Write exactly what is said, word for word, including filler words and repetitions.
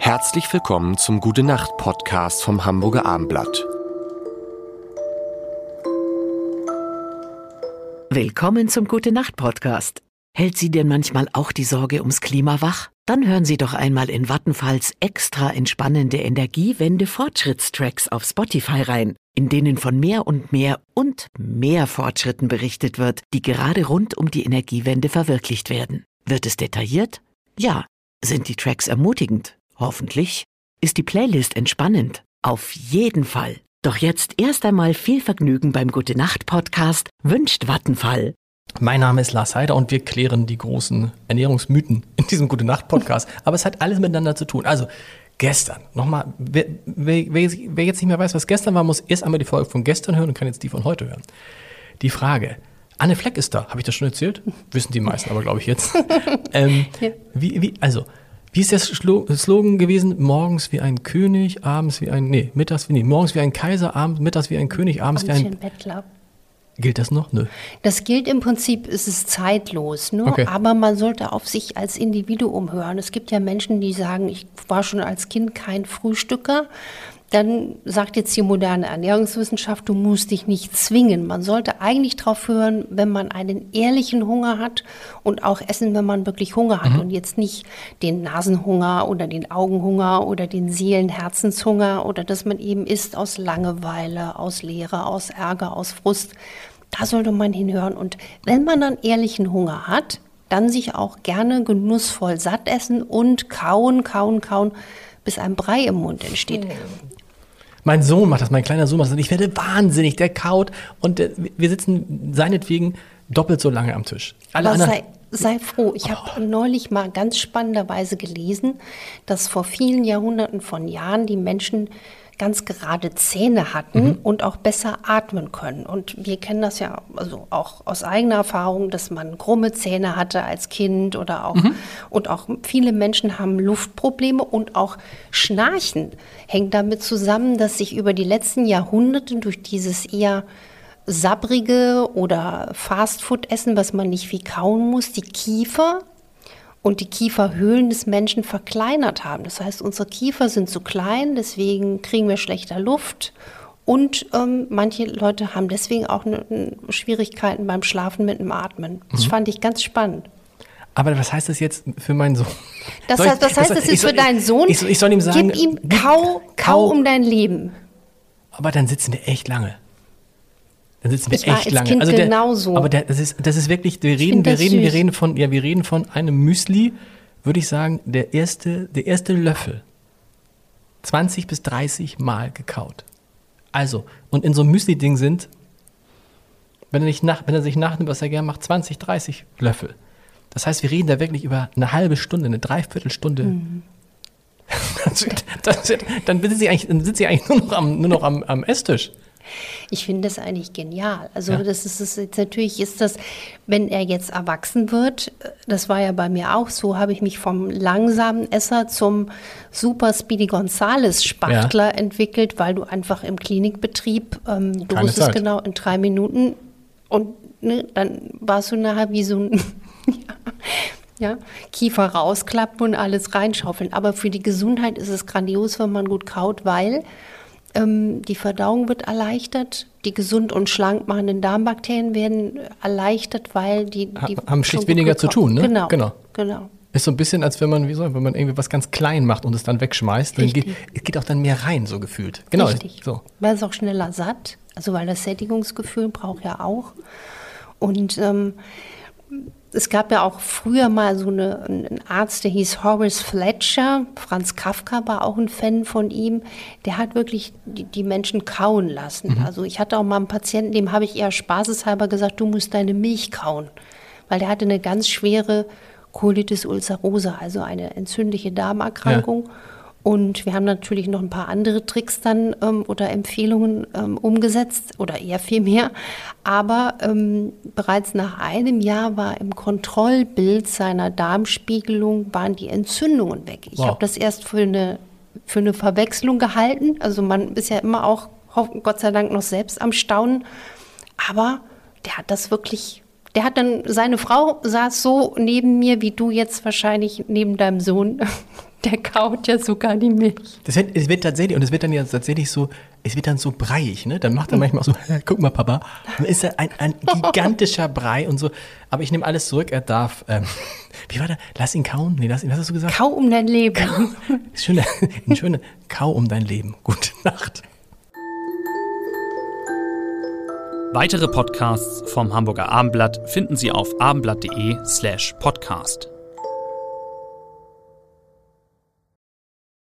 Herzlich willkommen zum Gute-Nacht-Podcast vom Hamburger Abendblatt. Willkommen zum Gute-Nacht-Podcast. Hält Sie denn manchmal auch die Sorge ums Klima wach? Dann hören Sie doch einmal in Vattenfalls extra entspannende Energiewende-Fortschrittstracks auf Spotify rein, in denen von mehr und mehr und mehr Fortschritten berichtet wird, die gerade rund um die Energiewende verwirklicht werden. Wird es detailliert? Ja. Sind die Tracks ermutigend? Hoffentlich. Ist die Playlist entspannend? Auf jeden Fall. Doch jetzt erst einmal viel Vergnügen beim Gute-Nacht-Podcast wünscht Vattenfall. Mein Name ist Lars Heider und wir klären die großen Ernährungsmythen in diesem Gute-Nacht-Podcast. Aber es hat alles miteinander zu tun. Also gestern, nochmal, wer, wer, wer jetzt nicht mehr weiß, was gestern war, muss erst einmal die Folge von gestern hören und kann jetzt die von heute hören. Die Frage, Anne Fleck ist da, habe ich das schon erzählt? Wissen die meisten aber, glaube ich, jetzt. ähm, ja. wie, wie, also, wie ist der Slogan gewesen? Morgens wie ein König, abends wie ein, nee, mittags wie, nee, morgens wie ein Kaiser, abends, mittags wie ein König, abends wie ein Bettler. Gilt das noch? Nö. Das gilt im Prinzip, es ist zeitlos, ne? Okay. Aber man sollte auf sich als Individuum hören. Es gibt ja Menschen, die sagen, ich war schon als Kind kein Frühstücker. Dann sagt jetzt die moderne Ernährungswissenschaft, du musst dich nicht zwingen. Man sollte eigentlich drauf hören, wenn man einen ehrlichen Hunger hat und auch essen, wenn man wirklich Hunger hat, mhm. und jetzt nicht den Nasenhunger oder den Augenhunger oder den Seelenherzenshunger oder dass man eben isst aus Langeweile, aus Leere, aus Ärger, aus Frust. Da sollte man hinhören. Und wenn man dann ehrlichen Hunger hat, dann sich auch gerne genussvoll satt essen und kauen, kauen, kauen, bis ein Brei im Mund entsteht. Mhm. Mein Sohn macht das, mein kleiner Sohn macht das. Und ich werde wahnsinnig, der kaut. Und der, wir sitzen seinetwegen doppelt so lange am Tisch. Alle Aber anderen, sei, sei froh. Ich oh. habe neulich mal ganz spannenderweise gelesen, dass vor vielen Jahrhunderten von Jahren die Menschen ganz gerade Zähne hatten, mhm. und auch besser atmen können. Und wir kennen das ja also auch aus eigener Erfahrung, dass man krumme Zähne hatte als Kind oder auch, mhm. und auch viele Menschen haben Luftprobleme und auch Schnarchen hängt damit zusammen, dass sich über die letzten Jahrhunderte durch dieses eher sabbrige oder Fastfood-Essen, was man nicht viel kauen muss, die Kiefer und die Kieferhöhlen des Menschen verkleinert haben. Das heißt, unsere Kiefer sind zu klein, deswegen kriegen wir schlechter Luft. Und ähm, manche Leute haben deswegen auch ne, ne Schwierigkeiten beim Schlafen mit dem Atmen. Das mhm. fand ich ganz spannend. Aber was heißt das jetzt für meinen Sohn? Das heißt, was heißt das jetzt für deinen Sohn? Ich, ich soll ihm sagen, gib ihm Kau, Kau um dein Leben. Aber dann sitzen wir echt lange. Dann sitzen wir ich war echt als lange. Kind also der, genauso. Aber der, das ist, das ist wirklich, wir reden, wir reden, süß. wir reden von, ja, wir reden von einem Müsli, würde ich sagen, der erste, der erste Löffel, zwanzig bis dreißig Mal gekaut. Also, und in so einem Müsli-Ding sind, wenn er, nicht nach, wenn er sich nachnimmt, was er gerne macht, zwanzig, dreißig Löffel. Das heißt, wir reden da wirklich über eine halbe Stunde, eine Dreiviertelstunde. Mhm. das wird, das wird, dann sitzt sie eigentlich, dann sitzt sie eigentlich nur noch am, nur noch am, am Esstisch. Ich finde das eigentlich genial. Also ja. das ist, das ist natürlich ist das, wenn er jetzt erwachsen wird, das war ja bei mir auch so, habe ich mich vom langsamen Esser zum Super Speedy Gonzales Spachtler ja. entwickelt, weil du einfach im Klinikbetrieb, ähm, du Keine wusstest Zeit. genau in drei Minuten und ne, dann warst du nachher wie so ein ja, Kiefer rausklappen und alles reinschaufeln. Aber für die Gesundheit ist es grandios, wenn man gut kaut, weil Ähm, die Verdauung wird erleichtert, die gesund und schlank machenden Darmbakterien werden erleichtert, weil die, die haben schlicht weniger zu tun, ne? Genau, genau. genau. Ist so ein bisschen, als wenn man, wie soll, wenn man irgendwie was ganz klein macht und es dann wegschmeißt, dann geht, es geht auch dann mehr rein, so gefühlt. Genau. Richtig. So. Man ist auch schneller satt, also weil das Sättigungsgefühl braucht ja auch. Und ähm, es gab ja auch früher mal so eine, einen Arzt, der hieß Horace Fletcher. Franz Kafka war auch ein Fan von ihm. Der hat wirklich die, die Menschen kauen lassen. Mhm. Also ich hatte auch mal einen Patienten, dem habe ich eher spaßeshalber gesagt, du musst deine Milch kauen. Weil der hatte eine ganz schwere Colitis ulcerosa, also eine entzündliche Darmerkrankung. Ja. Und wir haben natürlich noch ein paar andere Tricks dann ähm, oder Empfehlungen ähm, umgesetzt oder eher viel mehr. Aber ähm, bereits nach einem Jahr war im Kontrollbild seiner Darmspiegelung waren die Entzündungen weg. Ich wow. habe das erst für eine, für eine Verwechslung gehalten. Also man ist ja immer auch, Gott sei Dank, noch selbst am Staunen. Aber der hat das wirklich... Der hat dann, seine Frau saß so neben mir, wie du jetzt wahrscheinlich neben deinem Sohn Der kaut ja sogar die Milch. Das wird, es wird tatsächlich, und es wird dann ja tatsächlich so, es wird dann so breiig, ne? Dann macht er manchmal auch so, guck mal, Papa, dann ist er ein, ein gigantischer Brei und so. Aber ich nehme alles zurück, er darf, ähm, wie war das? Lass ihn kauen? Nee, lass ihn, was hast du gesagt? Kau um dein Leben. Kau, schöne, ein schöner Kau um dein Leben. Gute Nacht. Weitere Podcasts vom Hamburger Abendblatt finden Sie auf abendblatt.de slash podcast.